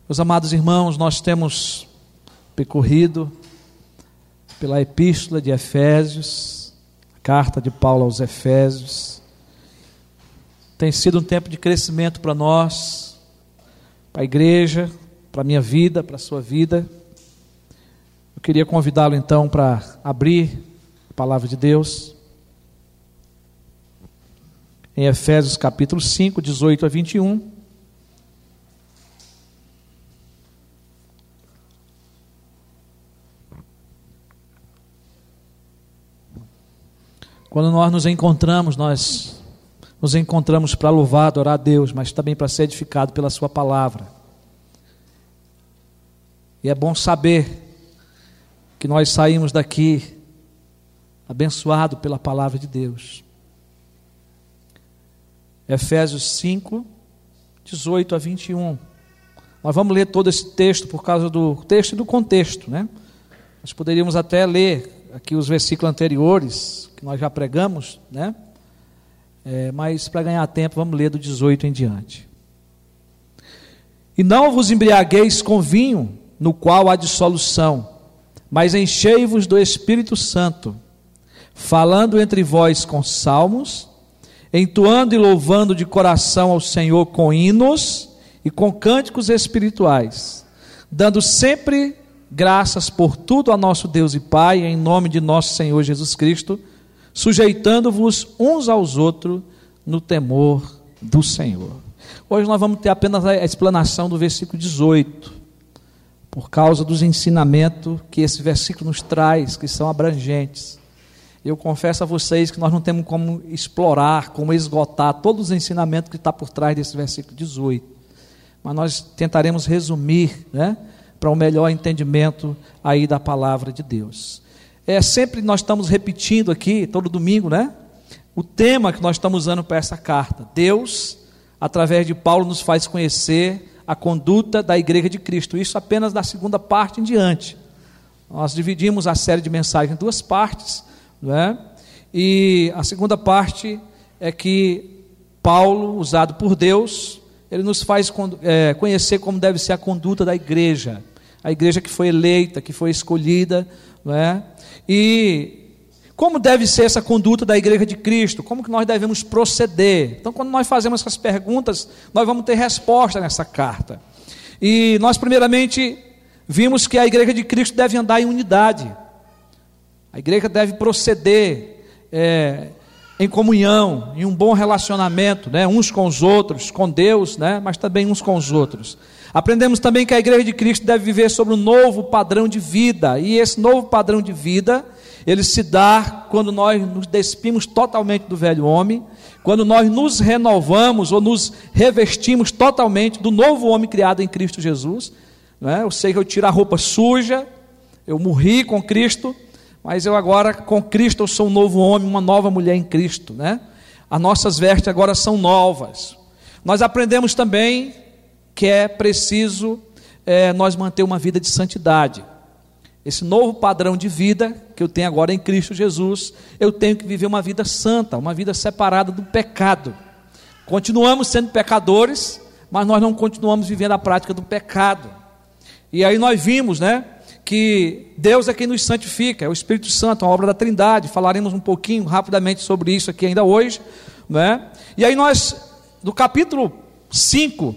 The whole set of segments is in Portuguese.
Meus amados irmãos, nós temos percorrido pela Epístola de Efésios, a carta de Paulo aos Efésios. Tem sido um tempo de crescimento para nós, para a igreja, para a minha vida, para a sua vida. Eu queria convidá-lo então para abrir a palavra de Deus em Efésios capítulo 5, 18 a 21. Quando nós nos encontramos para louvar, adorar a Deus, mas também para ser edificado pela sua palavra. E é bom saber que nós saímos daqui abençoados pela palavra de Deus. Efésios 5, 18 a 21. Nós vamos ler todo esse texto por causa do texto e do contexto, né? Nós poderíamos até ler aqui os versículos anteriores, que nós já pregamos, né? Mas para ganhar tempo, vamos ler do 18 em diante. E não vos embriagueis com vinho, no qual há dissolução, mas enchei-vos do Espírito Santo, falando entre vós com salmos, entoando e louvando de coração ao Senhor com hinos e com cânticos espirituais, dando sempre graças por tudo a nosso Deus e Pai, em nome de nosso Senhor Jesus Cristo, sujeitando-vos uns aos outros no temor do Senhor. Hoje nós vamos ter apenas a explanação do versículo 18, por causa dos ensinamentos que esse versículo nos traz, que são abrangentes. Eu confesso a vocês que nós não temos como explorar, como esgotar todos os ensinamentos que está por trás desse versículo 18, mas nós tentaremos resumir, né, para um melhor entendimento aí da palavra de Deus. Sempre nós estamos repetindo aqui, todo domingo, né? O tema que nós estamos usando para essa carta. Deus, através de Paulo, nos faz conhecer a conduta da igreja de Cristo. Isso apenas da segunda parte em diante. Nós dividimos a série de mensagens em duas partes, né? E a segunda parte é que Paulo, usado por Deus, ele nos faz conhecer como deve ser a conduta da igreja. A igreja que foi eleita, que foi escolhida, não é? E como deve ser essa conduta da igreja de Cristo? Como que nós devemos proceder? Então, quando nós fazemos essas perguntas, nós vamos ter resposta nessa carta. E nós, primeiramente, vimos que a igreja de Cristo deve andar em unidade. A igreja deve proceder em comunhão, em um bom relacionamento, né? Uns com os outros, com Deus, né? Mas também uns com os outros. Aprendemos também que a igreja de Cristo deve viver sobre um novo padrão de vida, e esse novo padrão de vida, ele se dá quando nós nos despimos totalmente do velho homem, quando nós nos renovamos ou nos revestimos totalmente do novo homem criado em Cristo Jesus, né? Eu sei que eu tiro a roupa suja, eu morri com Cristo, mas eu agora com Cristo eu sou um novo homem, uma nova mulher em Cristo, né? As nossas vestes agora são novas. Nós aprendemos também que é preciso nós manter uma vida de santidade. Esse novo padrão de vida que eu tenho agora em Cristo Jesus, eu tenho que viver uma vida santa, uma vida separada do pecado. Continuamos sendo pecadores, mas nós não continuamos vivendo a prática do pecado. E aí nós vimos, né, que Deus é quem nos santifica, é o Espírito Santo, a obra da Trindade. Falaremos um pouquinho rapidamente sobre isso aqui ainda hoje, né? E aí nós, do capítulo 5,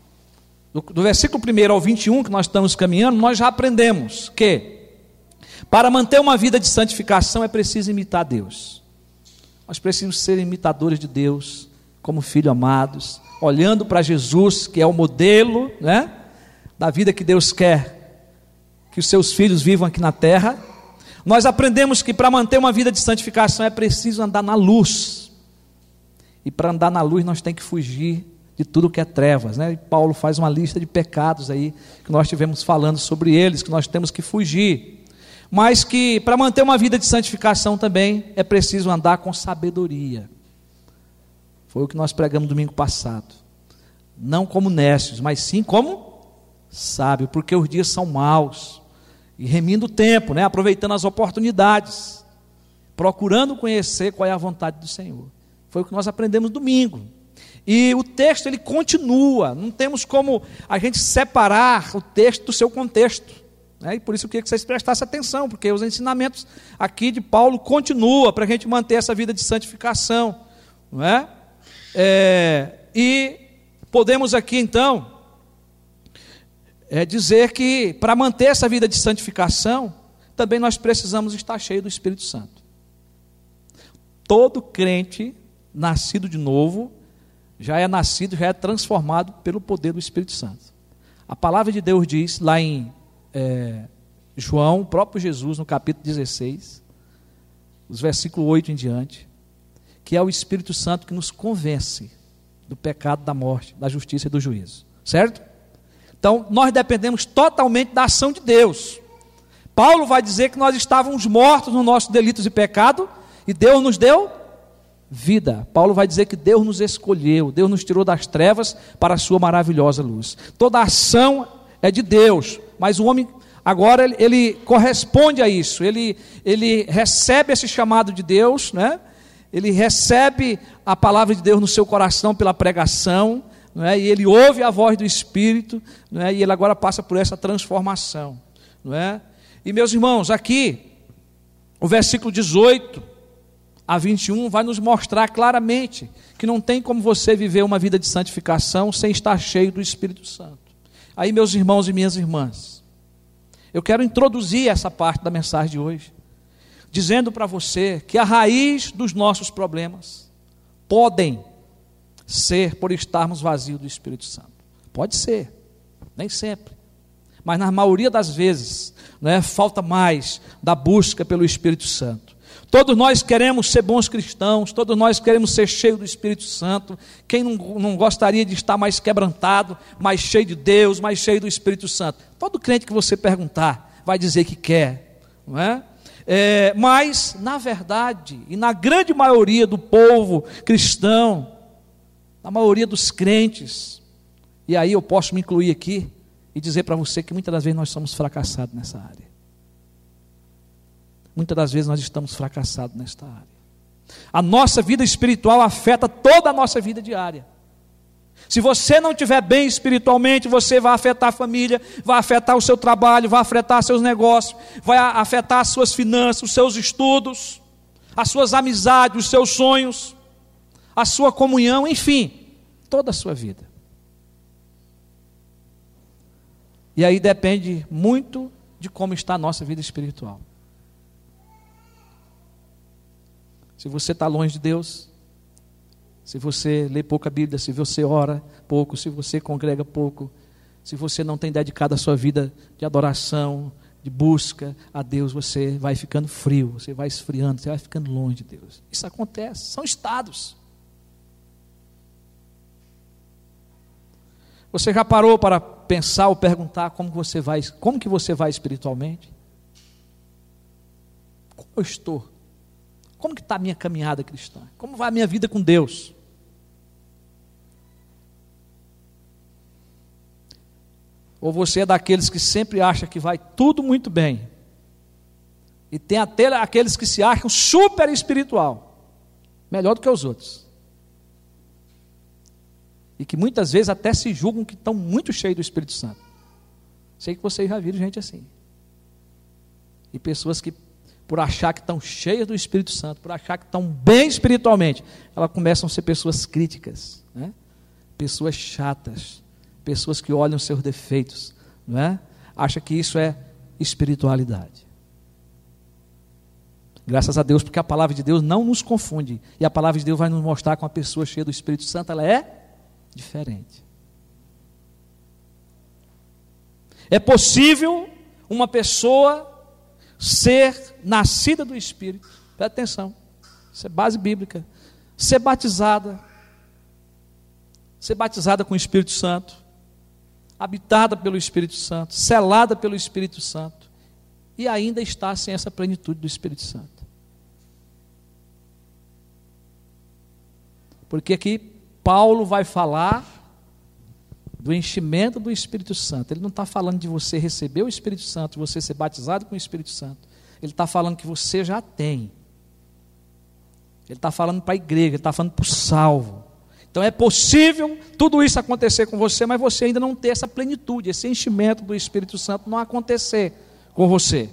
do versículo 1 ao 21, que nós estamos caminhando, nós já aprendemos que para manter uma vida de santificação é preciso imitar Deus. Nós precisamos ser imitadores de Deus, como filhos amados, olhando para Jesus, que é o modelo, né, da vida que Deus quer que os seus filhos vivam aqui na terra. Nós aprendemos que para manter uma vida de santificação é preciso andar na luz, e para andar na luz nós temos que fugir de tudo que é trevas, né? E Paulo faz uma lista de pecados aí, que nós estivemos falando sobre eles, que nós temos que fugir, mas que para manter uma vida de santificação também é preciso andar com sabedoria. Foi o que nós pregamos domingo passado. Não como nécios, mas sim como sábio, porque os dias são maus, e remindo o tempo, né? Aproveitando as oportunidades, procurando conhecer qual é a vontade do Senhor. Foi o que nós aprendemos domingo. E o texto ele continua, não temos como a gente separar o texto do seu contexto, né? E por isso eu queria que vocês prestassem atenção, porque os ensinamentos aqui de Paulo continuam para a gente manter essa vida de santificação, não é? E podemos aqui então dizer que para manter essa vida de santificação, também nós precisamos estar cheios do Espírito Santo. Todo crente nascido de novo, já é nascido, já é transformado pelo poder do Espírito Santo. A palavra de Deus diz, lá em João, o próprio Jesus, no capítulo 16, os versículos 8 em diante, que é o Espírito Santo que nos convence do pecado, da morte, da justiça e do juízo. Certo? Então, nós dependemos totalmente da ação de Deus. Paulo vai dizer que nós estávamos mortos nos nossos delitos e pecado, e Deus nos deu vida. Paulo vai dizer que Deus nos escolheu, Deus nos tirou das trevas para a sua maravilhosa luz. Toda a ação é de Deus, mas o homem agora ele corresponde a isso, ele recebe esse chamado de Deus, né? Ele recebe a palavra de Deus no seu coração pela pregação, não é? E ele ouve a voz do Espírito, não é? E ele agora passa por essa transformação, não é? E meus irmãos, aqui o versículo 18 a 21 vai nos mostrar claramente que não tem como você viver uma vida de santificação sem estar cheio do Espírito Santo. Aí, meus irmãos e minhas irmãs, eu quero introduzir essa parte da mensagem de hoje, dizendo para você que a raiz dos nossos problemas podem ser por estarmos vazios do Espírito Santo. Pode ser, nem sempre, mas na maioria das vezes, né, falta mais da busca pelo Espírito Santo. Todos nós queremos ser bons cristãos, todos nós queremos ser cheios do Espírito Santo. Quem não gostaria de estar mais quebrantado, mais cheio de Deus, mais cheio do Espírito Santo? Todo crente que você perguntar vai dizer que quer, não é? Mas, na verdade, e na grande maioria do povo cristão, na maioria dos crentes, e aí eu posso me incluir aqui e dizer para você que muitas das vezes nós somos fracassados nessa área. Muitas das vezes nós estamos fracassados nesta área. A nossa vida espiritual afeta toda a nossa vida diária. Se você não estiver bem espiritualmente, você vai afetar a família, vai afetar o seu trabalho, vai afetar seus negócios, vai afetar as suas finanças, os seus estudos, as suas amizades, os seus sonhos, a sua comunhão, enfim, toda a sua vida. E aí depende muito de como está a nossa vida espiritual. Se você está longe de Deus, se você lê pouca Bíblia, se você ora pouco, se você congrega pouco, se você não tem dedicado a sua vida de adoração, de busca a Deus, você vai ficando frio, você vai esfriando, você vai ficando longe de Deus. Isso acontece, são estados. Você já parou para pensar ou perguntar como que você vai espiritualmente? Como eu estou? Como que está a minha caminhada cristã? Como vai a minha vida com Deus? Ou você é daqueles que sempre acha que vai tudo muito bem, e tem até aqueles que se acham super espiritual, melhor do que os outros, e que muitas vezes até se julgam que estão muito cheios do Espírito Santo. Sei que vocês já viram gente assim, e pessoas que por achar que estão cheias do Espírito Santo, por achar que estão bem espiritualmente, elas começam a ser pessoas críticas, né? Pessoas chatas, pessoas que olham seus defeitos, não é? Acha que isso é espiritualidade. Graças a Deus, porque a palavra de Deus não nos confunde, e a palavra de Deus vai nos mostrar que uma pessoa cheia do Espírito Santo, ela é diferente. É possível uma pessoa ser nascida do Espírito, presta atenção, isso é base bíblica, ser batizada com o Espírito Santo, habitada pelo Espírito Santo, selada pelo Espírito Santo, e ainda está sem essa plenitude do Espírito Santo. Porque aqui Paulo vai falar do enchimento do Espírito Santo. Ele não está falando de você receber o Espírito Santo, você ser batizado com o Espírito Santo. Ele está falando que você já tem. Ele está falando para a igreja, ele está falando para o salvo. Então é possível tudo isso acontecer com você, mas você ainda não ter essa plenitude, esse enchimento do Espírito Santo não acontecer com você.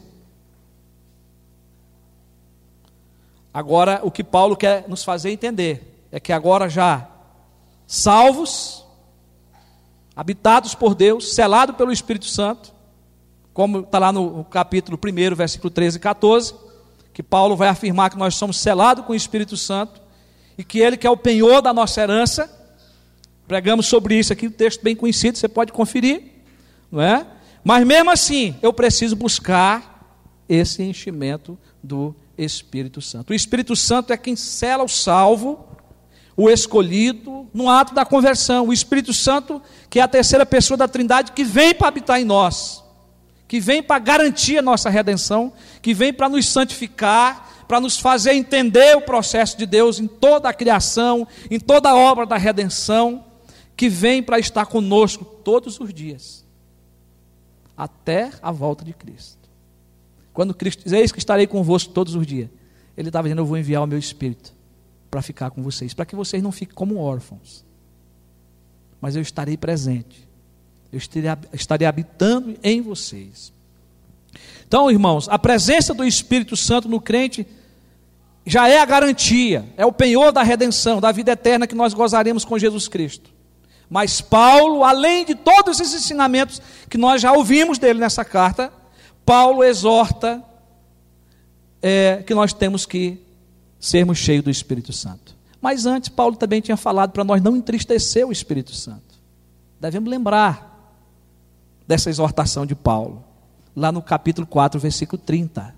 Agora, o que Paulo quer nos fazer entender é que agora já salvos, habitados por Deus, selados pelo Espírito Santo, como está lá no capítulo 1, versículo 13 e 14, que Paulo vai afirmar que nós somos selados com o Espírito Santo, e que Ele que é o penhor da nossa herança. Pregamos sobre isso aqui, um texto bem conhecido, você pode conferir, não é? Mas mesmo assim, eu preciso buscar esse enchimento do Espírito Santo. O Espírito Santo é quem sela o salvo, o escolhido, no ato da conversão. O Espírito Santo, que é a terceira pessoa da Trindade, que vem para habitar em nós, que vem para garantir a nossa redenção, que vem para nos santificar, para nos fazer entender o processo de Deus em toda a criação, em toda a obra da redenção, que vem para estar conosco todos os dias, até a volta de Cristo. Quando Cristo diz, eis que estarei convosco todos os dias, Ele estava dizendo, eu vou enviar o meu Espírito para ficar com vocês, para que vocês não fiquem como órfãos, mas eu estarei presente, eu estarei habitando em vocês. Então, irmãos, a presença do Espírito Santo no crente já é a garantia, é o penhor da redenção, da vida eterna que nós gozaremos com Jesus Cristo. Mas Paulo, além de todos esses ensinamentos que nós já ouvimos dele nessa carta, Paulo exorta que nós temos que sermos cheios do Espírito Santo. Mas antes, Paulo também tinha falado para nós não entristecer o Espírito Santo. Devemos lembrar dessa exortação de Paulo, lá no capítulo 4, versículo 30.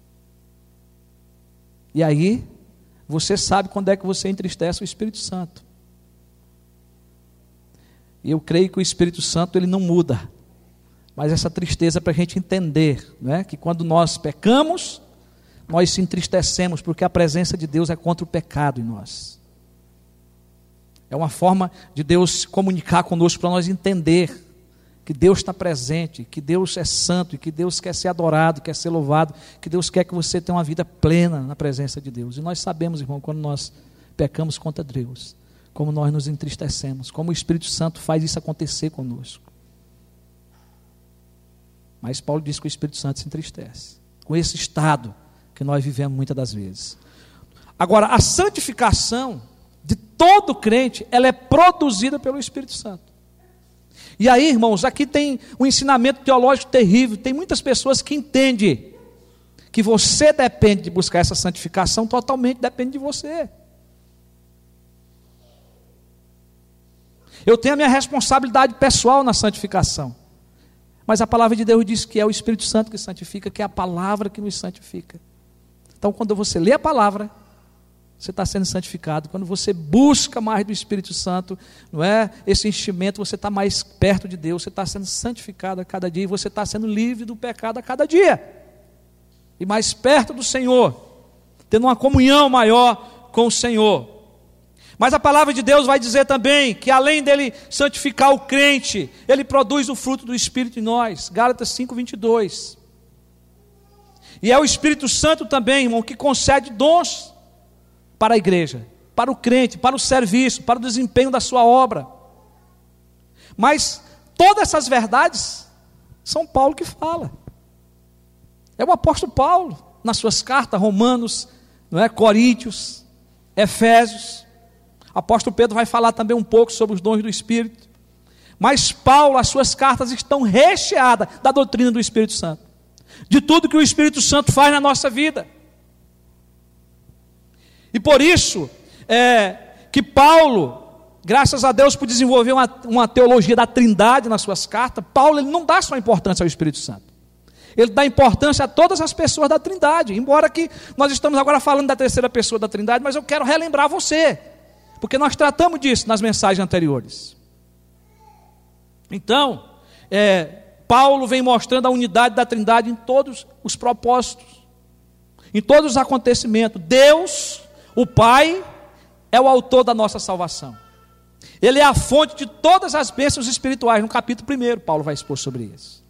E aí, você sabe quando é que você entristece o Espírito Santo. E eu creio que o Espírito Santo, ele não muda. Mas essa tristeza é para a gente entender, né? Que quando nós pecamos, nós se entristecemos, porque a presença de Deus é contra o pecado em nós. É uma forma de Deus se comunicar conosco para nós entender que Deus está presente, que Deus é santo, e que Deus quer ser adorado, quer ser louvado, que Deus quer que você tenha uma vida plena na presença de Deus. E nós sabemos, irmão, quando nós pecamos contra Deus, como nós nos entristecemos, como o Espírito Santo faz isso acontecer conosco. Mas Paulo diz que o Espírito Santo se entristece com esse estado que nós vivemos muitas das vezes. Agora, a santificação de todo crente, ela é produzida pelo Espírito Santo. E aí, irmãos, aqui tem um ensinamento teológico terrível. Tem muitas pessoas que entendem que você depende de buscar essa santificação, totalmente depende de você. Eu tenho a minha responsabilidade pessoal na santificação, mas a palavra de Deus diz que é o Espírito Santo que santifica, que é a palavra que nos santifica. Então, quando você lê a palavra, você está sendo santificado. Quando você busca mais do Espírito Santo, não é? Esse enchimento, você está mais perto de Deus, você está sendo santificado a cada dia, e você está sendo livre do pecado a cada dia, e mais perto do Senhor, tendo uma comunhão maior com o Senhor. Mas a palavra de Deus vai dizer também que além dele santificar o crente, ele produz o fruto do Espírito em nós. Gálatas 5:22. E é o Espírito Santo também, irmão, que concede dons para a igreja, para o crente, para o serviço, para o desempenho da sua obra. Mas todas essas verdades são Paulo que fala. É o apóstolo Paulo, nas suas cartas, Romanos, não é? Coríntios, Efésios. O apóstolo Pedro vai falar também um pouco sobre os dons do Espírito. Mas Paulo, as suas cartas estão recheadas da doutrina do Espírito Santo, de tudo que o Espírito Santo faz na nossa vida. E por isso, que Paulo, graças a Deus por desenvolver uma teologia da Trindade nas suas cartas, Paulo ele não dá só importância ao Espírito Santo, ele dá importância a todas as pessoas da Trindade, embora que nós estamos agora falando da terceira pessoa da Trindade, mas eu quero relembrar você, porque nós tratamos disso nas mensagens anteriores. Então, Paulo vem mostrando a unidade da Trindade em todos os propósitos, em todos os acontecimentos. Deus, o Pai, é o autor da nossa salvação. Ele é a fonte de todas as bênçãos espirituais. No capítulo 1, Paulo vai expor sobre isso.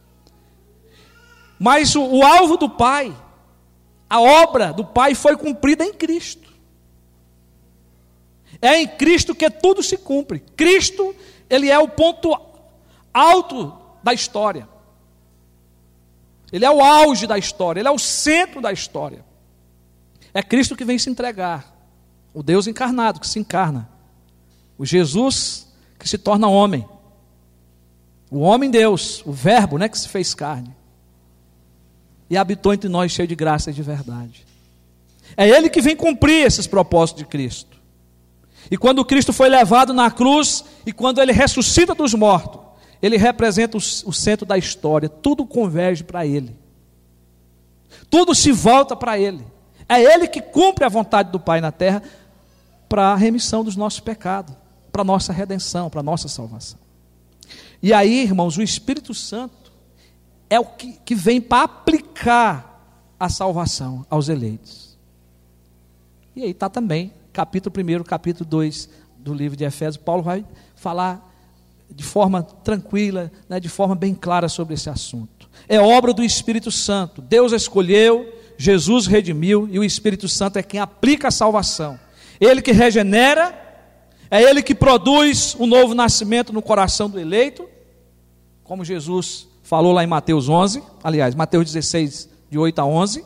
Mas o alvo do Pai, a obra do Pai foi cumprida em Cristo. É em Cristo que tudo se cumpre. Cristo, Ele é o ponto alto da história. Ele é o auge da história, Ele é o centro da história. É Cristo que vem se entregar, o Deus encarnado que se encarna, o Jesus que se torna homem, o homem Deus, o verbo, que se fez carne, e habitou entre nós cheio de graça e de verdade. É Ele que vem cumprir esses propósitos de Cristo. E quando Cristo foi levado na cruz, e quando Ele ressuscita dos mortos, Ele representa o centro da história, tudo converge para Ele, tudo se volta para Ele. É Ele que cumpre a vontade do Pai na terra, para a remissão dos nossos pecados, para a nossa redenção, para a nossa salvação. E aí, irmãos, o Espírito Santo é o que vem para aplicar a salvação aos eleitos. E aí está também, capítulo 1, capítulo 2 do livro de Efésios, Paulo vai falar de forma tranquila, de forma bem clara sobre esse assunto. É obra do Espírito Santo. Deus escolheu, Jesus redimiu, e o Espírito Santo é quem aplica a salvação. Ele que regenera, é Ele que produz um novo nascimento no coração do eleito, como Jesus falou lá em Mateus 11, aliás, Mateus 16, de 8 a 11,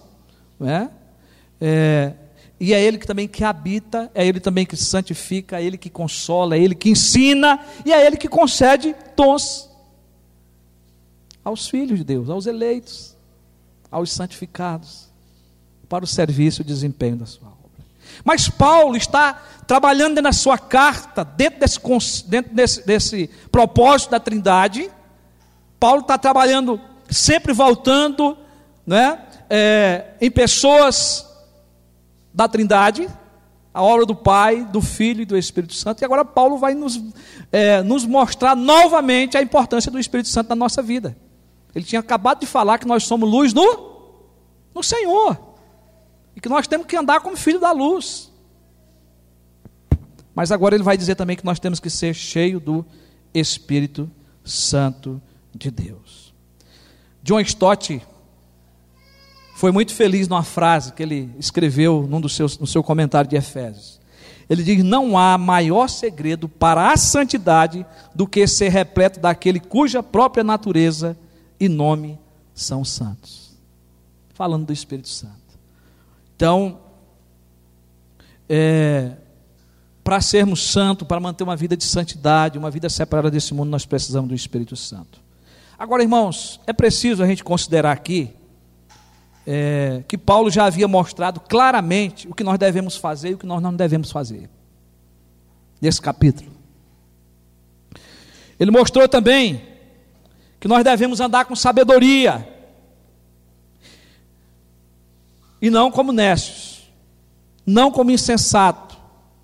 e é Ele que também que habita, é Ele também que santifica, é Ele que consola, é Ele que ensina, e é Ele que concede dons aos filhos de Deus, aos eleitos, aos santificados, para o serviço e o desempenho da sua obra. Mas Paulo está trabalhando na sua carta, dentro desse propósito da Trindade. Paulo está trabalhando, sempre voltando em pessoas da Trindade, a obra do Pai, do Filho e do Espírito Santo. E agora Paulo vai nos mostrar novamente a importância do Espírito Santo na nossa vida. Ele tinha acabado de falar que nós somos luz no Senhor, e que nós temos que andar como filho da luz. Mas agora ele vai dizer também que nós temos que ser cheios do Espírito Santo de Deus. John Stott foi muito feliz numa frase que ele escreveu no seu comentário de Efésios. Ele diz: não há maior segredo para a santidade do que ser repleto daquele cuja própria natureza e nome são santos. Falando do Espírito Santo. Então, para sermos santos, para manter uma vida de santidade, uma vida separada desse mundo, nós precisamos do Espírito Santo. Agora, irmãos, é preciso a gente considerar aqui que Paulo já havia mostrado claramente o que nós devemos fazer e o que nós não devemos fazer, nesse capítulo. Ele mostrou também que nós devemos andar com sabedoria, e não como necios, não como insensato.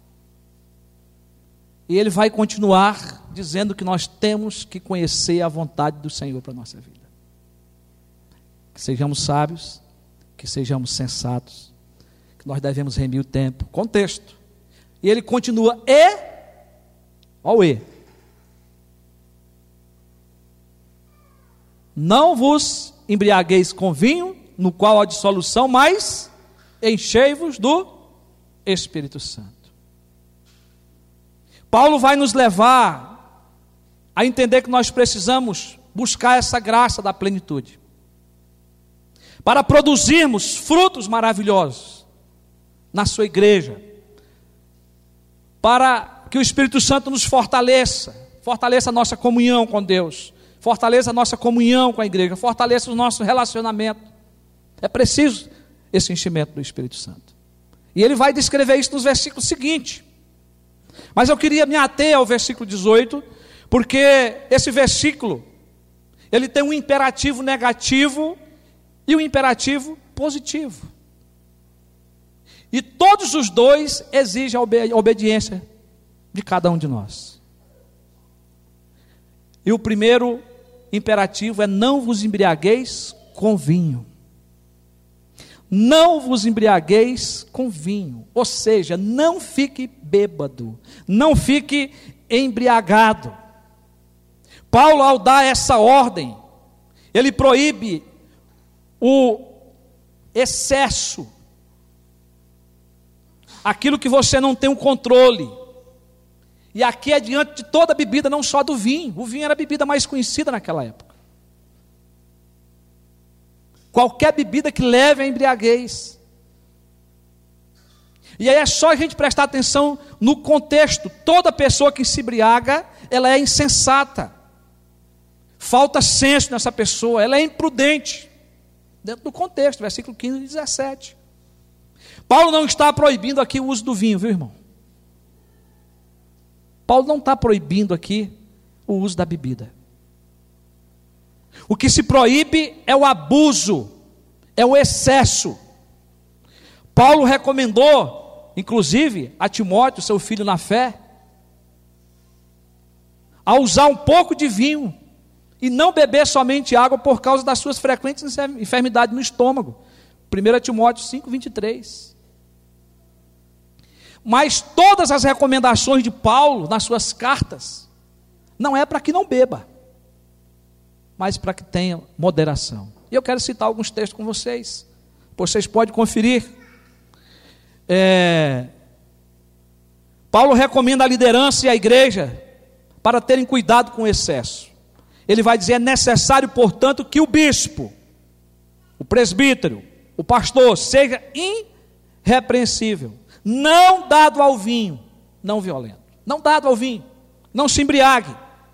E ele vai continuar dizendo que nós temos que conhecer a vontade do Senhor para a nossa vida. Que sejamos sábios, que sejamos sensatos, que nós devemos remir o tempo. Contexto. E ele continua, não vos embriagueis com vinho, no qual há dissolução, mas enchei-vos do Espírito Santo. Paulo vai nos levar a entender que nós precisamos buscar essa graça da plenitude, para produzirmos frutos maravilhosos na sua igreja, para que o Espírito Santo nos fortaleça a nossa comunhão com Deus, fortaleça a nossa comunhão com a igreja, fortaleça o nosso relacionamento. É preciso esse enchimento do Espírito Santo. E ele vai descrever isso nos versículos seguintes. Mas eu queria me ater ao versículo 18, porque esse versículo, ele tem um imperativo negativo e um imperativo positivo. E todos os dois exigem a obediência de cada um de nós. E o primeiro imperativo é: não vos embriagueis com vinho. Não vos embriagueis com vinho, ou seja, não fique bêbado, não fique embriagado. Paulo, ao dar essa ordem, ele proíbe o excesso, aquilo que você não tem o controle, E aqui é diante de toda a bebida, não só do vinho. O vinho era a bebida mais conhecida naquela época. Qualquer bebida que leve à embriaguez. E aí é só a gente prestar atenção no contexto. Toda pessoa que se embriaga, ela é insensata. Falta senso nessa pessoa, ela é imprudente. Dentro do contexto, versículo 15 e 17. Paulo não está proibindo aqui o uso do vinho, viu, irmão? Paulo não está proibindo aqui o uso da bebida. O que se proíbe é o abuso, é o excesso. Paulo recomendou, inclusive, a Timóteo, seu filho na fé, a usar um pouco de vinho e não beber somente água por causa das suas frequentes enfermidades no estômago. 1 Timóteo 5:23. Mas todas as recomendações de Paulo nas suas cartas não é para que não beba, mas para que tenha moderação. E eu quero citar alguns textos com vocês. Vocês podem conferir. Paulo recomenda a liderança e a igreja para terem cuidado com o excesso. Ele vai dizer: é necessário, portanto, que o bispo, o presbítero, o pastor, seja irrepreensível, não dado ao vinho, não violento, não dado ao vinho, não se embriague.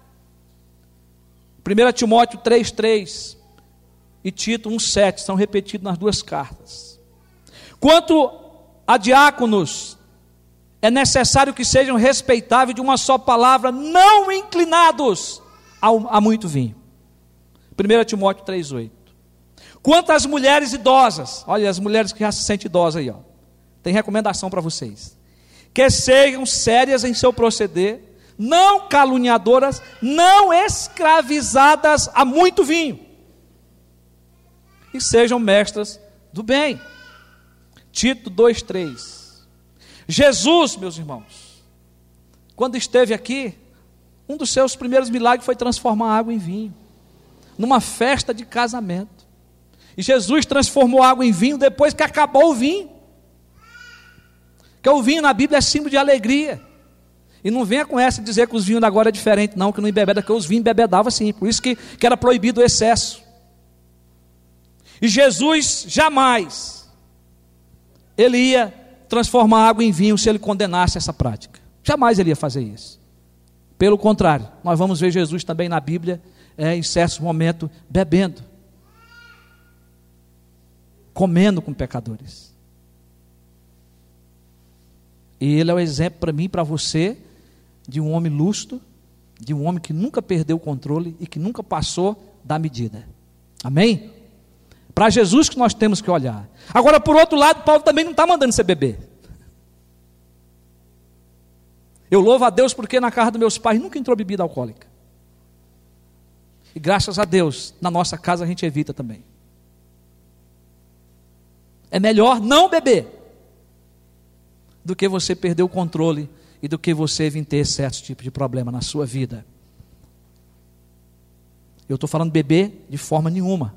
1 Timóteo 3:3 e Tito 1:7 são repetidos nas duas cartas. Quanto a diáconos, é necessário que sejam respeitáveis de uma só palavra, não inclinados a muito vinho. 1 Timóteo 3:8. Quanto às mulheres idosas, olha, as mulheres que já se sentem idosas aí, ó, tem recomendação para vocês: que sejam sérias em seu proceder, não caluniadoras, não escravizadas a muito vinho, e sejam mestras do bem. Tito 2:3. Jesus, meus irmãos, quando esteve aqui, um dos seus primeiros milagres foi transformar água em vinho, numa festa de casamento. E Jesus transformou água em vinho depois que acabou o vinho. Porque o vinho na Bíblia é símbolo de alegria. E não venha com essa dizer que os vinhos agora é diferente, não, que não embebeda, porque os vinhos embebedavam sim, por isso que era proibido o excesso. E Jesus jamais, ele ia transformar água em vinho se ele condenasse essa prática. Jamais ele ia fazer isso. Pelo contrário, nós vamos ver Jesus também na Bíblia, em certos momentos, bebendo, comendo com pecadores. E ele é o exemplo para mim e para você, de um homem lúcido, de um homem que nunca perdeu o controle e que nunca passou da medida. Amém? Para Jesus que nós temos que olhar. Agora, por outro lado, Paulo também não está mandando você beber. Eu louvo a Deus porque na casa dos meus pais nunca entrou bebida alcoólica. E graças a Deus, na nossa casa a gente evita também. É melhor não beber do que você perder o controle e do que você vir ter certos tipos de problema na sua vida. Eu estou falando beber de forma nenhuma.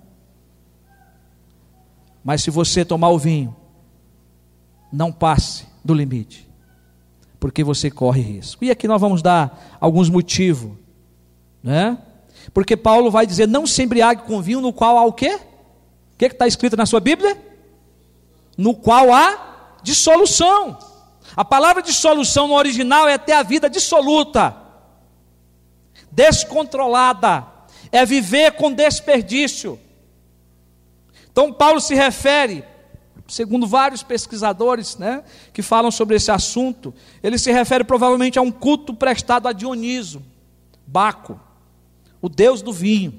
Mas se você tomar o vinho, não passe do limite, porque você corre risco. E aqui nós vamos dar alguns motivos, né? Porque Paulo vai dizer: não se embriague com vinho no qual há o quê? O que está escrito na sua Bíblia? No qual há dissolução. A palavra dissolução no original é ter a vida dissoluta, descontrolada, é viver com desperdício. Então Paulo se refere, segundo vários pesquisadores, né, que falam sobre esse assunto, ele se refere provavelmente a um culto prestado a Dioniso, Baco, o deus do vinho.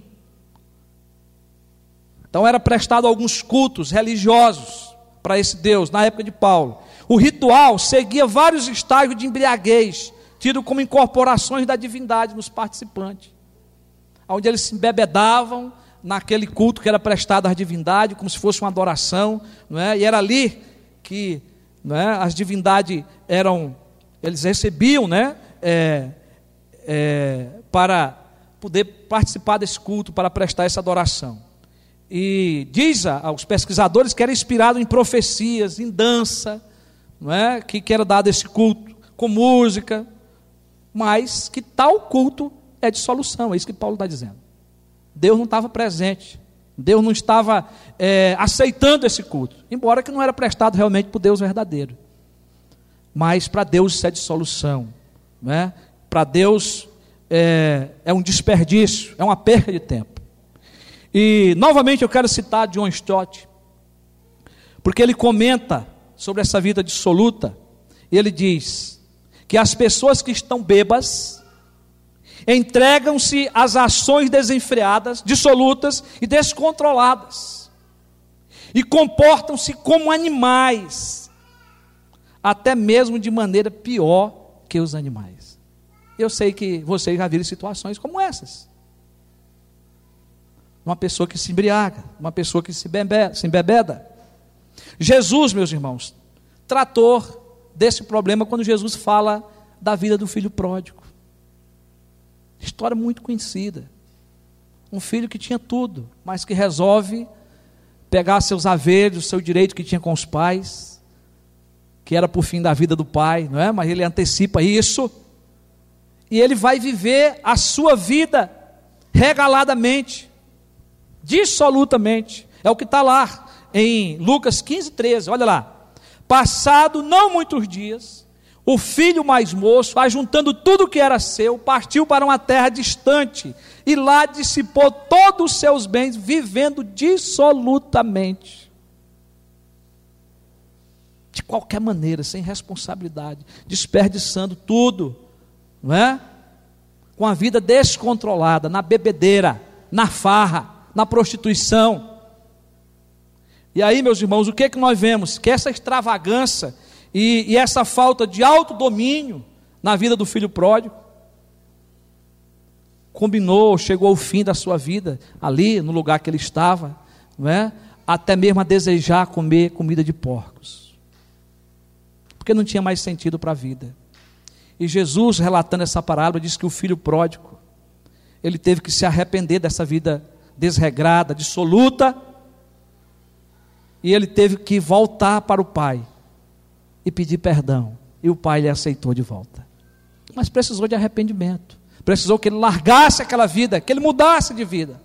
Então era prestado alguns cultos religiosos para esse deus, na época de Paulo. O ritual seguia vários estágios de embriaguez, tido como incorporações da divindade nos participantes, onde eles se embebedavam naquele culto que era prestado às divindades, como se fosse uma adoração, não é? E era ali que, não é, as divindades eles recebiam, né, para poder participar desse culto, para prestar essa adoração. E diz aos pesquisadores que era inspirado em profecias, em dança, não é? Que era dado esse culto, com música, mas que tal culto é dissolução. É isso que Paulo está dizendo. Deus não estava presente, Deus não estava aceitando esse culto, embora que não era prestado realmente por Deus verdadeiro. Mas para Deus isso é dissolução, né? Para Deus é um desperdício, é uma perca de tempo. E novamente eu quero citar John Stott, porque ele comenta sobre essa vida dissoluta, e ele diz que as pessoas que estão bêbadas entregam-se às ações desenfreadas, dissolutas e descontroladas, e comportam-se como animais, até mesmo de maneira pior que os animais. Eu sei que vocês já viram situações como essas. Uma pessoa que se embriaga, uma pessoa que se embebeda. Jesus, meus irmãos, tratou desse problema quando Jesus fala da vida do filho pródigo. História muito conhecida. Um filho que tinha tudo, mas que resolve pegar seus haveres, o seu direito que tinha com os pais, que era por fim da vida do pai, não é? Mas ele antecipa isso, e ele vai viver a sua vida regaladamente, dissolutamente. É o que está lá em Lucas 15:13, olha lá. Passado não muitos dias, o filho mais moço, ajuntando tudo o que era seu, partiu para uma terra distante, e lá dissipou todos os seus bens, vivendo dissolutamente. De qualquer maneira, sem responsabilidade, desperdiçando tudo, não é? Com a vida descontrolada, na bebedeira, na farra, na prostituição. E aí, meus irmãos, o que é que nós vemos? Que essa extravagância e essa falta de autodomínio na vida do filho pródigo chegou ao fim da sua vida, ali no lugar que ele estava, não é? Até mesmo a desejar comer comida de porcos, porque não tinha mais sentido para a vida. E Jesus, relatando essa parábola, diz que o filho pródigo, ele teve que se arrepender dessa vida desregrada, dissoluta, e ele teve que voltar para o pai e pedir perdão, e o pai lhe aceitou de volta. Mas precisou de arrependimento, precisou que ele largasse aquela vida, que ele mudasse de vida.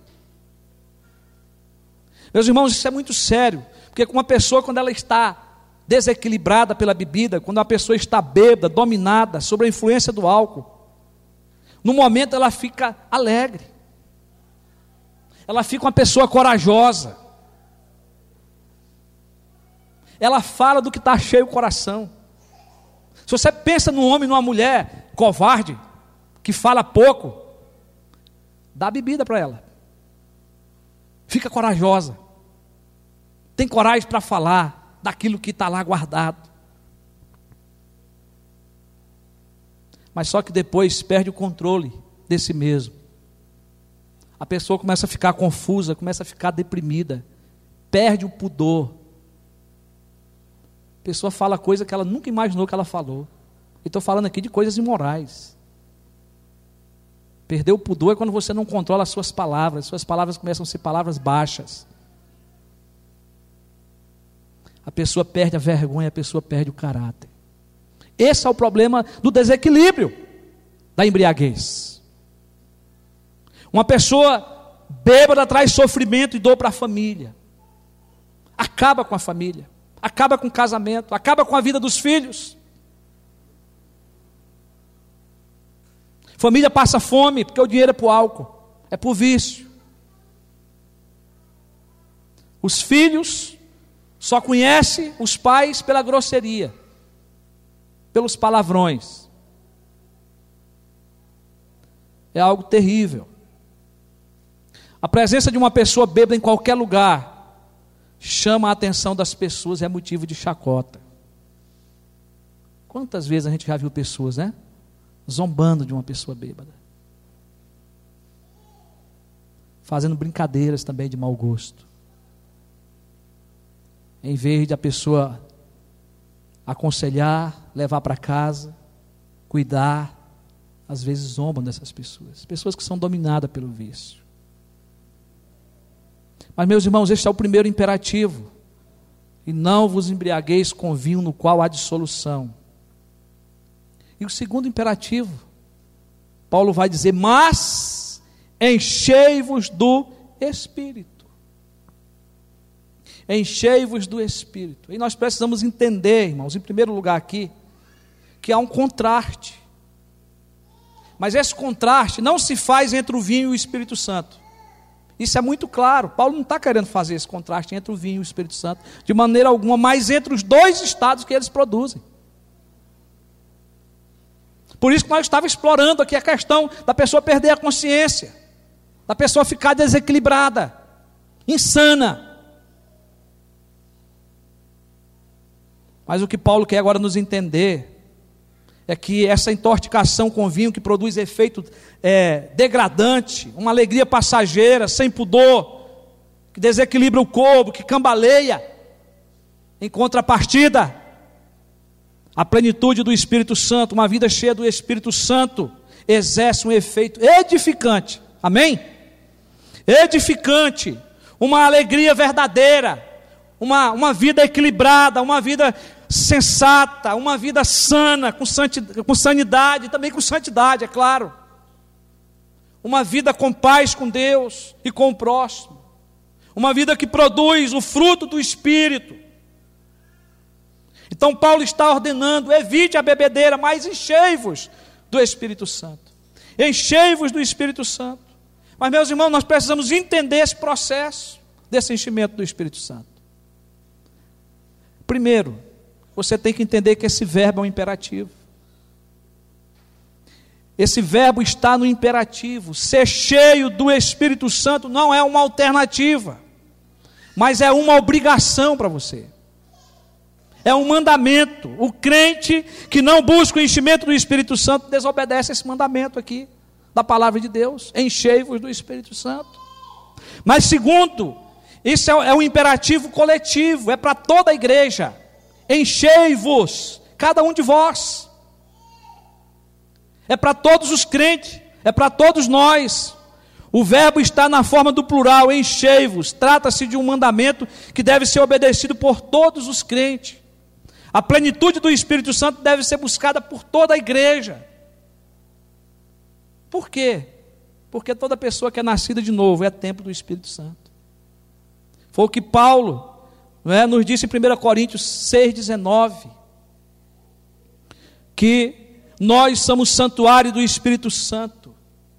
Meus irmãos, isso é muito sério, porque uma pessoa, quando ela está desequilibrada pela bebida, quando a pessoa está bêbada, dominada, sob a influência do álcool, no momento ela fica alegre, ela fica uma pessoa corajosa, ela fala do que está cheio o coração. Se você pensa num homem, numa mulher covarde, que fala pouco, dá bebida para ela, fica corajosa, tem coragem para falar daquilo que está lá guardado. Mas só que depois perde o controle de si mesmo. A pessoa começa a ficar confusa, começa a ficar deprimida, perde o pudor. A pessoa fala coisa que ela nunca imaginou que ela falou. E estou falando aqui de coisas imorais. Perder o pudor é quando você não controla as suas palavras começam a ser palavras baixas. A pessoa perde a vergonha, a pessoa perde o caráter. Esse é o problema do desequilíbrio, da embriaguez. Uma pessoa bêbada traz sofrimento e dor para a família, acaba com a família, acaba com o casamento, acaba com a vida dos filhos. Família passa fome, porque o dinheiro é para o álcool, é para o vício. Os filhos só conhecem os pais pela grosseria, pelos palavrões. É algo terrível. A presença de uma pessoa bêbada em qualquer lugar chama a atenção das pessoas e é motivo de chacota. Quantas vezes a gente já viu pessoas, né, zombando de uma pessoa bêbada, fazendo brincadeiras também de mau gosto, em vez de a pessoa aconselhar, levar para casa, cuidar, às vezes zombam dessas pessoas, pessoas que são dominadas pelo vício. Mas, meus irmãos, este é o primeiro imperativo: e não vos embriagueis com vinho no qual há dissolução. E o segundo imperativo Paulo vai dizer: mas enchei-vos do Espírito. Enchei-vos do Espírito. E nós precisamos entender, irmãos, em primeiro lugar aqui, que há um contraste. Mas esse contraste não se faz entre o vinho e o Espírito Santo. Isso é muito claro. Paulo não está querendo fazer esse contraste entre o vinho e o Espírito Santo de maneira alguma, mas entre os dois estados que eles produzem. Por isso que nós estávamos explorando aqui a questão da pessoa perder a consciência, da pessoa ficar desequilibrada, insana. Mas o que Paulo quer agora nos entender é que essa intoxicação com vinho que produz efeito degradante, uma alegria passageira, sem pudor, que desequilibra o corpo, que cambaleia, em contrapartida, a plenitude do Espírito Santo, uma vida cheia do Espírito Santo, exerce um efeito edificante, amém? Edificante, uma alegria verdadeira, uma vida equilibrada, uma vida sensata, uma vida sana, com sanidade, também com santidade, é claro. Uma vida com paz com Deus e com o próximo. Uma vida que produz o fruto do Espírito. Então Paulo está ordenando: evite a bebedeira, mas enchei-vos do Espírito Santo. Enchei-vos do Espírito Santo. Mas, meus irmãos, nós precisamos entender esse processo desse enchimento do Espírito Santo. Primeiro, você tem que entender que esse verbo é um imperativo. Esse verbo está no imperativo. Ser cheio do Espírito Santo não é uma alternativa, mas é uma obrigação para você. É um mandamento. O crente que não busca o enchimento do Espírito Santo desobedece esse mandamento aqui da palavra de Deus: enchei-vos do Espírito Santo. Mas segundo, isso é um imperativo coletivo, é para toda a igreja. Enchei-vos, cada um de vós. É para todos os crentes, é para todos nós. O verbo está na forma do plural, enchei-vos. Trata-se de um mandamento que deve ser obedecido por todos os crentes. A plenitude do Espírito Santo deve ser buscada por toda a igreja. Por quê? Porque toda pessoa que é nascida de novo é templo do Espírito Santo. Foi o que Paulo nos disse em 1 Coríntios 6,19, que nós somos santuário do Espírito Santo,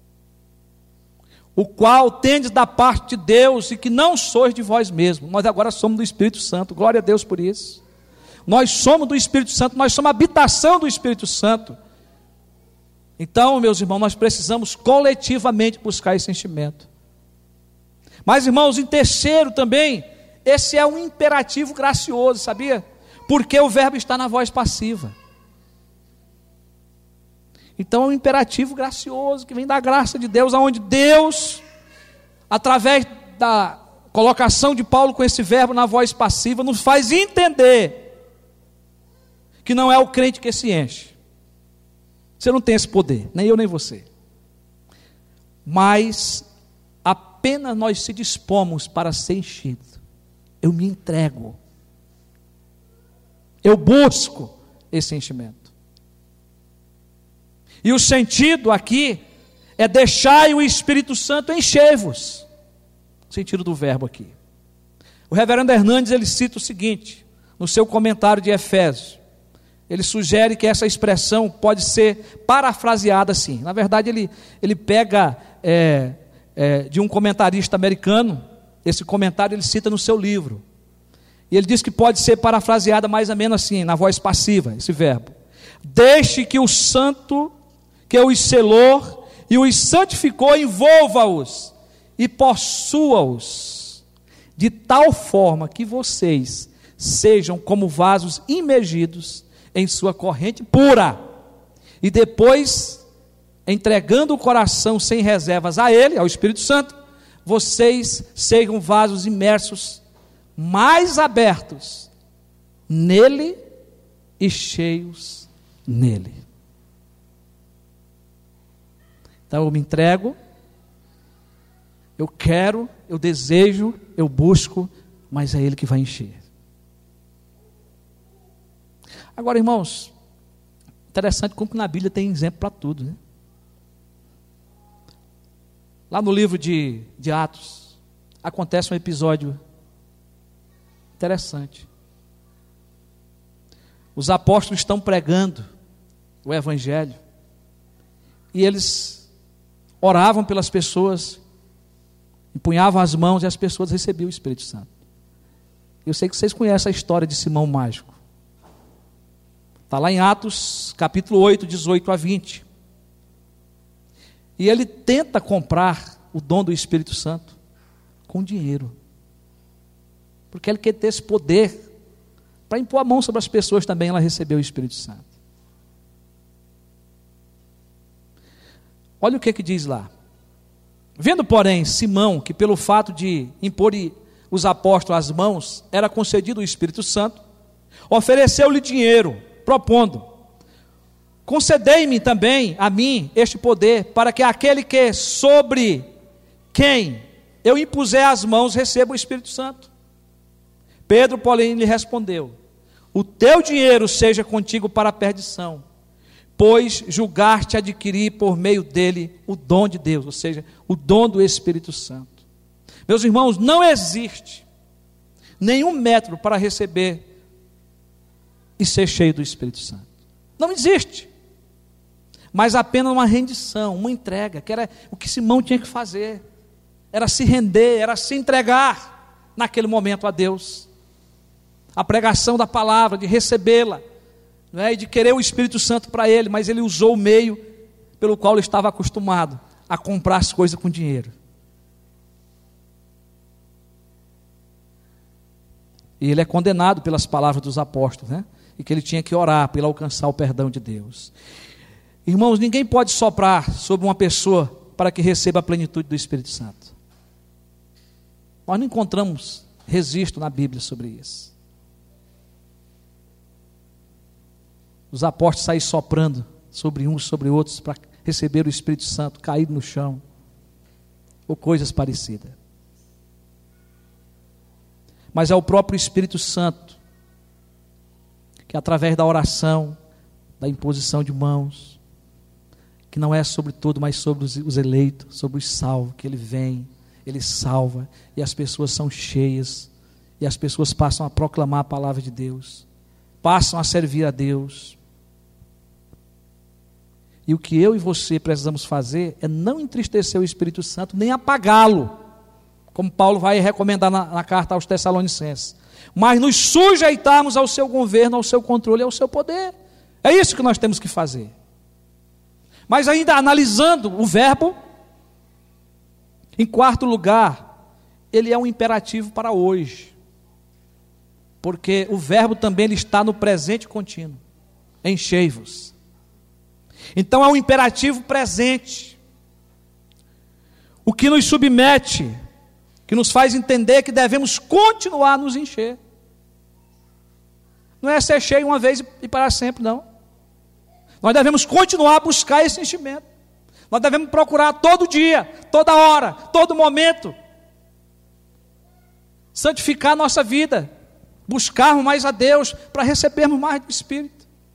o qual tendes da parte de Deus, e que não sois de vós mesmos. Nós agora somos do Espírito Santo, glória a Deus por isso. Nós somos do Espírito Santo, nós somos a habitação do Espírito Santo. Então, meus irmãos, nós precisamos coletivamente buscar esse enchimento. Mas, irmãos, em terceiro também, esse é um imperativo gracioso, sabia? Porque o verbo está na voz passiva. Então é um imperativo gracioso, que vem da graça de Deus, aonde Deus, através da colocação de Paulo com esse verbo na voz passiva, nos faz entender que não é o crente que se enche. Você não tem esse poder, nem eu nem você. Mas apenas nós se dispomos para ser enchidos. Eu me entrego. Eu busco esse enchimento. E o sentido aqui é: deixai o Espírito Santo encher-vos. O sentido do verbo aqui. O reverendo Hernandes, ele cita o seguinte, no seu comentário de Efésios. Ele sugere que essa expressão pode ser parafraseada assim. Na verdade, ele pega de um comentarista americano. Esse comentário ele cita no seu livro. E ele diz que pode ser parafraseada mais ou menos assim, na voz passiva, esse verbo: deixe que o santo, que os selou e os santificou, envolva-os e possua-os, de tal forma que vocês sejam como vasos imergidos em sua corrente pura, e depois, entregando o coração sem reservas a Ele, ao Espírito Santo, vocês sejam vasos imersos, mais abertos nele e cheios nele. Então eu me entrego, eu quero, eu desejo, eu busco, mas é Ele que vai encher. Agora, irmãos, interessante como que na Bíblia tem exemplo para tudo, né? Lá no livro de Atos, acontece um episódio interessante. Os apóstolos estão pregando o Evangelho, e eles oravam pelas pessoas, empunhavam as mãos e as pessoas recebiam o Espírito Santo. Eu sei que vocês conhecem a história de Simão Mágico. Está lá em Atos, capítulo 8, 18 a 20. E ele tenta comprar o dom do Espírito Santo com dinheiro. Porque ele quer ter esse poder para impor a mão sobre as pessoas também, ela recebeu o Espírito Santo. Olha o que diz lá. Vendo, porém, Simão, que pelo fato de impor os apóstolos as mãos, era concedido o Espírito Santo, ofereceu-lhe dinheiro, propondo: concedei-me também a mim este poder, para que aquele que sobre quem eu impuser as mãos receba o Espírito Santo. Pedro, porém, lhe respondeu: o teu dinheiro seja contigo para a perdição, pois julgaste adquirir por meio dele o dom de Deus, ou seja, o dom do Espírito Santo. Meus irmãos, não existe nenhum método para receber e ser cheio do Espírito Santo. Não existe. Mas apenas uma rendição, uma entrega, que era o que Simão tinha que fazer. Era se render, era se entregar naquele momento a Deus. A pregação da palavra, de recebê-la, e de querer o Espírito Santo para ele, mas ele usou o meio pelo qual ele estava acostumado a comprar as coisas com dinheiro. E ele é condenado pelas palavras dos apóstolos, e que ele tinha que orar para ele alcançar o perdão de Deus. Irmãos, ninguém pode soprar sobre uma pessoa para que receba a plenitude do Espírito Santo. Nós não encontramos registro na Bíblia sobre isso. Os apóstolos saíram soprando sobre uns, sobre outros, para receber o Espírito Santo, caído no chão, ou coisas parecidas. Mas é o próprio Espírito Santo, que através da oração, da imposição de mãos, que não é sobre tudo, mas sobre os eleitos, sobre os salvos, que ele vem, ele salva, e as pessoas são cheias, e as pessoas passam a proclamar a palavra de Deus, passam a servir a Deus. E o que eu e você precisamos fazer é não entristecer o Espírito Santo, nem apagá-lo, como Paulo vai recomendar na carta aos Tessalonicenses, mas nos sujeitarmos ao seu governo, ao seu controle, ao seu poder. É isso que nós temos que fazer. Mas ainda analisando o verbo, em quarto lugar, ele é um imperativo para hoje, porque o verbo também ele está no presente contínuo, enchei-vos. Então é um imperativo presente, o que nos submete, que nos faz entender que devemos continuar a nos encher. Não é ser cheio uma vez e para sempre, não. Nós devemos continuar a buscar esse enchimento. Nós devemos procurar todo dia, toda hora, todo momento, santificar a nossa vida, buscarmos mais a Deus para recebermos mais do Espírito.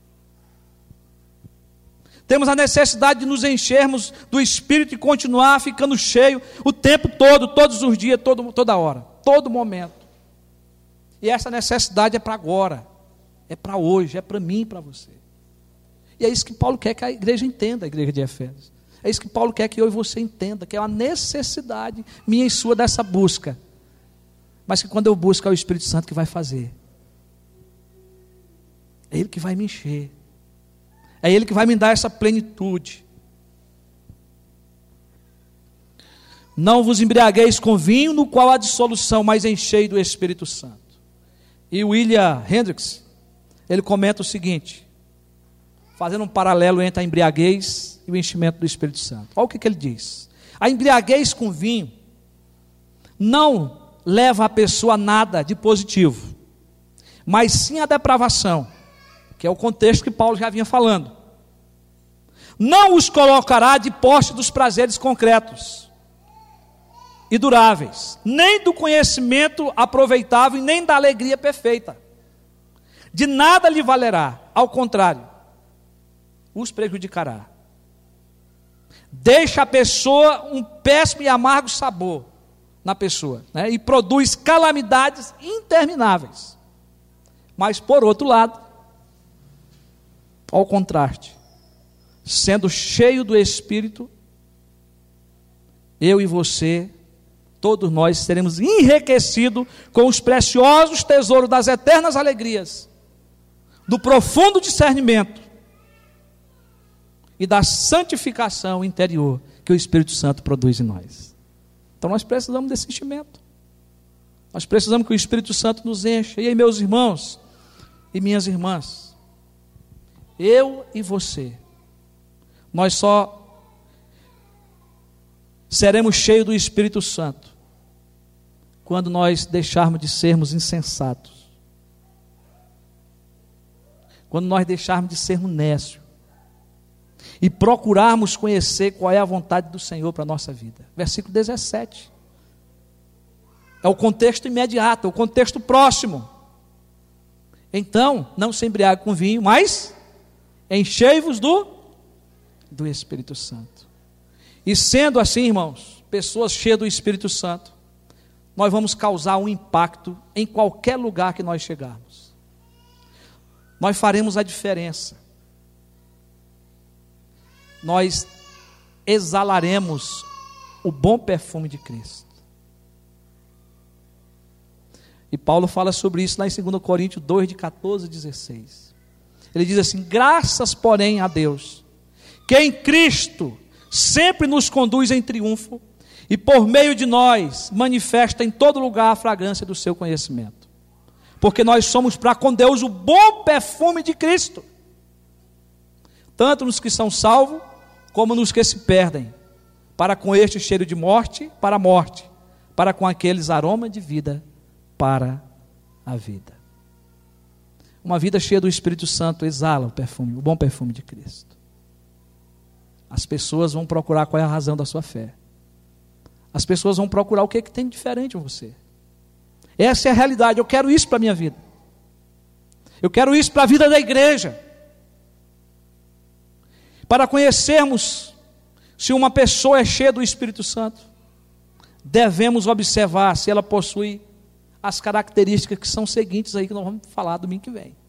Temos a necessidade de nos enchermos do Espírito e continuar ficando cheio o tempo todo, todos os dias, toda hora, todo momento. E essa necessidade é para agora, é para hoje, é para mim e para você. E é isso que Paulo quer que a igreja entenda, a igreja de Efésios. É isso que Paulo quer que eu e você entenda, que é uma necessidade minha e sua dessa busca. Mas que quando eu busco é o Espírito Santo que vai fazer. É Ele que vai me encher. É Ele que vai me dar essa plenitude. Não vos embriagueis com vinho, no qual há dissolução, mas enchei do Espírito Santo. E William Hendricks, ele comenta o seguinte, fazendo um paralelo entre a embriaguez e o enchimento do Espírito Santo. Olha o que ele diz. A embriaguez com vinho não leva a pessoa a nada de positivo, mas sim a depravação, que é o contexto que Paulo já vinha falando. Não os colocará de posse dos prazeres concretos e duráveis, nem do conhecimento aproveitável, nem da alegria perfeita. De nada lhe valerá, ao contrário, os prejudicará. deixa a pessoa um péssimo e amargo sabor na pessoa, né? E produz calamidades intermináveis. Mas, por outro lado, ao contraste, sendo cheio do Espírito, eu e você, todos nós seremos enriquecidos com os preciosos tesouros das eternas alegrias, do profundo discernimento e da santificação interior que o Espírito Santo produz em nós. Então nós precisamos desse enchimento. Nós precisamos que o Espírito Santo nos encha. E aí, meus irmãos e minhas irmãs, eu e você, nós só seremos cheios do Espírito Santo quando nós deixarmos de sermos insensatos, quando nós deixarmos de sermos nécios e procurarmos conhecer qual é a vontade do Senhor para a nossa vida. Versículo 17. É o contexto imediato, é o contexto próximo. Então, não se embriague com vinho, mas enchei-vos do Espírito Santo. E sendo assim, irmãos, pessoas cheias do Espírito Santo, nós vamos causar um impacto em qualquer lugar que nós chegarmos. Nós faremos a diferença. Nós exalaremos o bom perfume de Cristo. E Paulo fala sobre isso lá em 2 Coríntios 2, de 14 a 16. Ele diz assim: graças, porém, a Deus, que em Cristo sempre nos conduz em triunfo, e por meio de nós manifesta em todo lugar a fragrância do seu conhecimento. Porque nós somos para com Deus o bom perfume de Cristo, tanto nos que são salvos, como nos que se perdem. Para com este cheiro de morte, para a morte, para com aqueles aroma de vida, para a vida. Uma vida cheia do Espírito Santo exala o perfume, o bom perfume de Cristo. As pessoas vão procurar qual é a razão da sua fé. As pessoas vão procurar o que tem de diferente em você. Essa é a realidade. Eu quero isso para a minha vida. Eu quero isso para a vida da igreja. Para conhecermos se uma pessoa é cheia do Espírito Santo, devemos observar se ela possui as características que são seguintes aí, que nós vamos falar domingo que vem.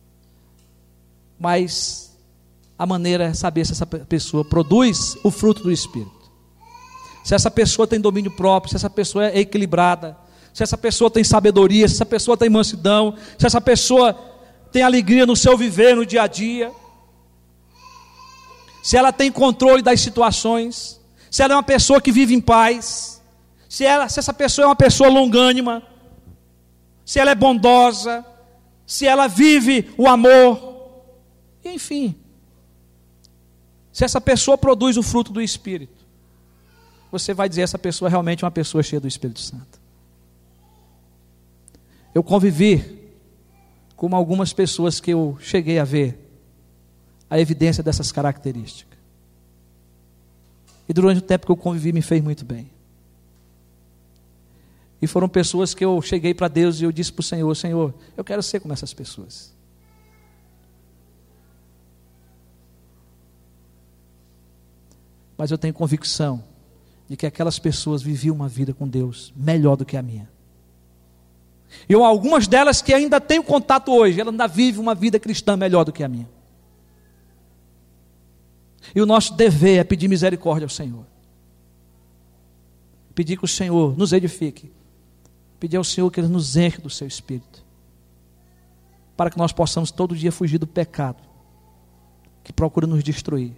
Mas a maneira é saber se essa pessoa produz o fruto do Espírito. Se essa pessoa tem domínio próprio, se essa pessoa é equilibrada, se essa pessoa tem sabedoria, se essa pessoa tem mansidão, se essa pessoa tem alegria no seu viver, no dia a dia, se ela tem controle das situações, se ela é uma pessoa que vive em paz, se essa pessoa é uma pessoa longânima, se ela é bondosa, se ela vive o amor, enfim, se essa pessoa produz o fruto do Espírito, você vai dizer: essa pessoa é realmente uma pessoa cheia do Espírito Santo. Eu convivi com algumas pessoas que eu cheguei a ver a evidência dessas características. E durante o tempo que eu convivi, me fez muito bem. E foram pessoas que eu cheguei para Deus e eu disse para o Senhor: Senhor, eu quero ser como essas pessoas. Mas eu tenho convicção de que aquelas pessoas viviam uma vida com Deus melhor do que a minha. E algumas delas que ainda tenho contato hoje, elas ainda vivem uma vida cristã melhor do que a minha. E o nosso dever é pedir misericórdia ao Senhor. Pedir que o Senhor nos edifique. Pedir ao Senhor que Ele nos enche do seu Espírito. Para que nós possamos todo dia fugir do pecado que procura nos destruir.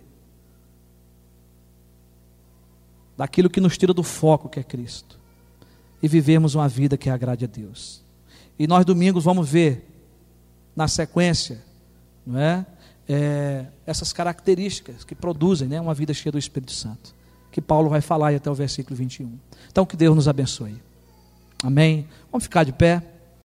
Daquilo que nos tira do foco, que é Cristo. E vivermos uma vida que agrade a Deus. E nós domingos vamos ver, na sequência, não é? Essas características que produzem, né, uma vida cheia do Espírito Santo, que Paulo vai falar aí até o versículo 21. Então que Deus nos abençoe. Amém? Vamos ficar de pé.